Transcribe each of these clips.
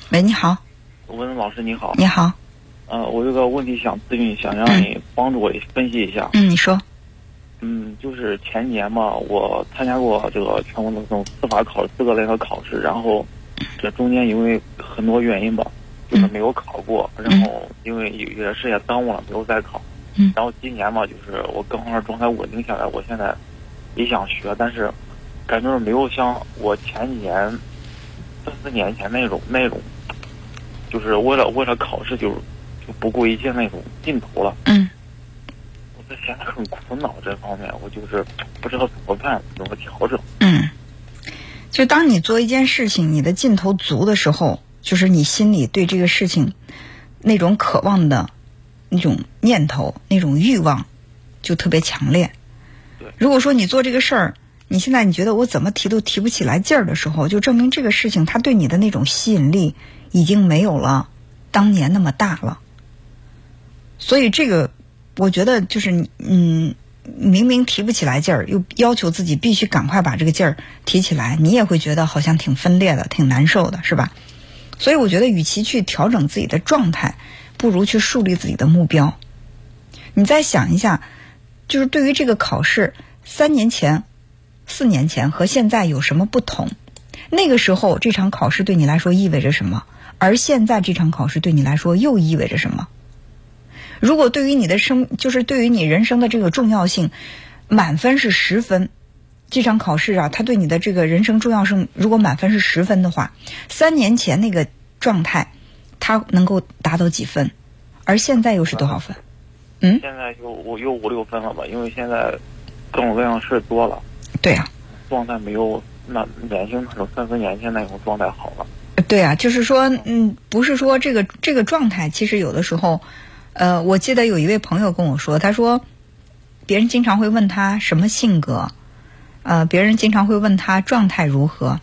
喂，你好。 文老师你好。 你好。 我有个问题想咨询，想让你帮助我分析一下。 你说。 就是前年嘛，我参加过这个全国的这种司法考试资格类的考试，然后这中间因为很多原因吧，就是没有考过，然后因为有些事也耽误了，没有再考。然后今年嘛，就是我各方面状态稳定下来，我现在也想学，但是感觉没有像我前几年、3、4年前那种，就是为了考试就不顾一切那种劲头了。我现在很苦恼这方面，我就是不知道怎么办，怎么调整。 就当你做一件事情，你的劲头足的时候，就是你心里对这个事情那种渴望的那种念头、那种欲望就特别强烈。如果说你做这个事儿，你现在你觉得我怎么提都提不起来劲儿的时候，就证明这个事情它对你的那种吸引力已经没有了当年那么大了。所以这个我觉得就是明明提不起来劲儿，又要求自己必须赶快把这个劲儿提起来，你也会觉得好像挺分裂的，挺难受的，是吧？所以我觉得与其去调整自己的状态，不如去树立自己的目标。你再想一下，就是对于这个考试，3年前、4年前和现在有什么不同？那个时候这场考试对你来说意味着什么？而现在这场考试对你来说又意味着什么？如果对于你的就是对于你人生的这个重要性，满分是10分，这场考试啊，它对你的这个人生重要性，如果满分是10分的话，3年前那个状态，它能够达到几分？而现在又是多少分？ 现在有5、6分了吧？因为现在各种各样的事多了。对啊，状态没有那年轻那种3、4年前那种状态好了。 对啊，就是说，不是说这个状态，其实有的时候。我记得有一位朋友跟我说，他说别人经常会问他什么性格，别人经常会问他状态如何，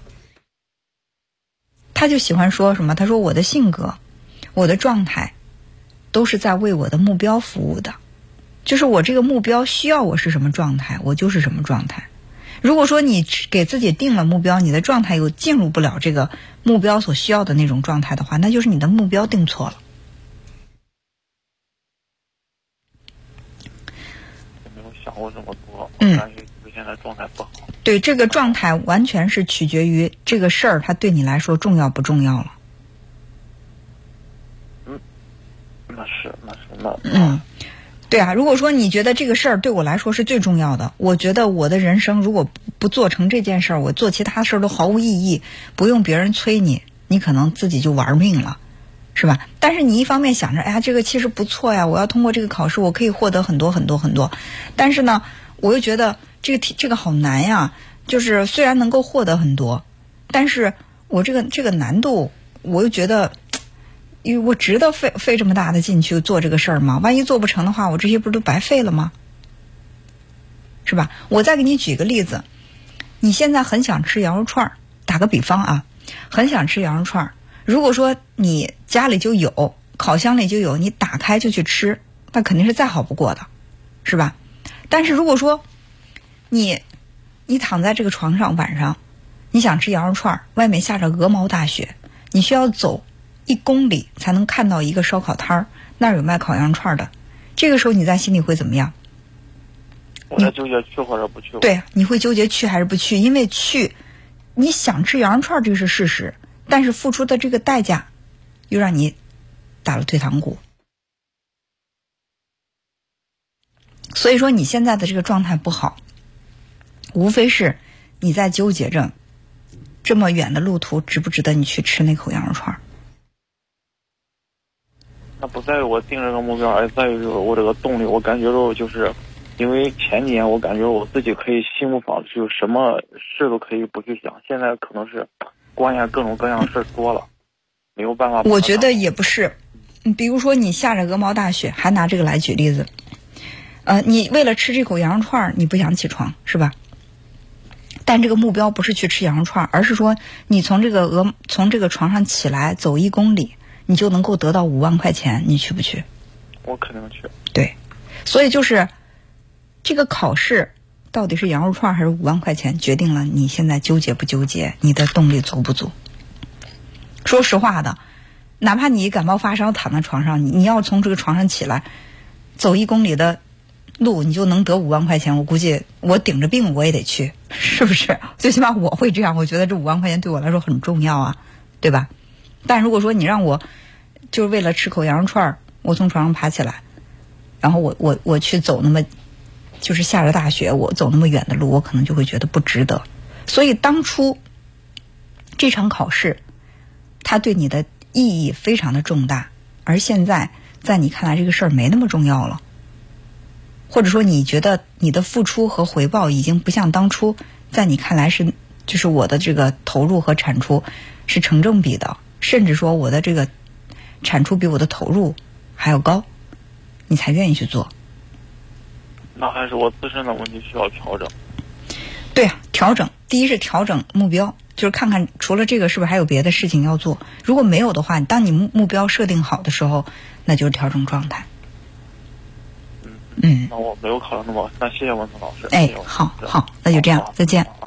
他就喜欢说什么，他说我的性格，我的状态都是在为我的目标服务的，就是我这个目标需要我是什么状态，我就是什么状态。如果说你给自己定了目标，你的状态又进入不了这个目标所需要的那种状态的话，那就是你的目标定错了。 想过这么多，但是现在状态不好。 对，这个状态完全是取决于这个事儿它对你来说重要不重要了。对啊，如果说你觉得这个事儿对我来说是最重要的，我觉得我的人生如果不做成这件事儿，我做其他事儿都毫无意义，不用别人催你，你可能自己就玩命了，是吧？但是你一方面想着，哎呀，这个其实不错呀，我要通过这个考试，我可以获得很多很多很多。但是呢，我又觉得这个好难呀，就是虽然能够获得很多，但是我这个难度，我又觉得，因为我值得费这么大的劲去做这个事儿吗？万一做不成的话，我这些不是都白费了吗？是吧？我再给你举个例子，你现在很想吃羊肉串，打个比方啊，很想吃羊肉串。如果说你家里就有，烤箱里就有，你打开就去吃，那肯定是再好不过的，是吧？但是如果说你躺在这个床上，晚上你想吃羊肉串，外面下着鹅毛大雪，你需要走1公里才能看到一个烧烤摊儿，那儿有卖烤羊肉串的，这个时候你在心里会怎么样？ 我在纠结去或者不去。 对，你会纠结去还是不去？因为去，你想吃羊肉串这是事实，但是付出的这个代价又让你打了退堂鼓。所以说你现在的这个状态不好，无非是你在纠结着这么远的路途值不值得你去吃那口羊肉串。 那不在于我定这个目标，而在于我这个动力。我感觉到就是因为前年我感觉我自己可以心无旁骛，什么事都可以不去想，现在可能是关键各种各样的事多了，没有办法。 我觉得也不是，比如说你下着鹅毛大雪，还拿这个来举例子，你为了吃这口羊肉串你不想起床是吧？但这个目标不是去吃羊肉串，而是说你从这个床上起来走1公里，你就能够得到5万块钱，你去不去？ 我肯定去。 对，所以就是这个考试到底是羊肉串还是5万块钱，决定了你现在纠结不纠结，你的动力足不足。说实话的， 哪怕你感冒发烧躺在床上，你要从这个床上起来，走1公里的路，你就能得5万块钱。我估计我顶着病我也得去，是不是？最起码我会这样，我觉得这5万块钱对我来说很重要啊，对吧？但如果说你让我就是为了吃口羊肉串，我从床上爬起来，然后我去走那么，就是下着大雪我走那么远的路，我可能就会觉得不值得。所以当初这场考试它对你的意义非常的重大，而现在在你看来这个事儿没那么重要了，或者说你觉得你的付出和回报已经不像当初在你看来是，就是我的这个投入和产出是成正比的，甚至说我的这个产出比我的投入还要高，你才愿意去做。 那还是我自身的问题需要调整。 对啊，调整，第一是调整目标，就是看看除了这个是不是还有别的事情要做，如果没有的话，当你目标设定好的时候，那就是调整状态。 那我没有考虑那么，那谢谢文森老师。 哎，好，那就这样，再见。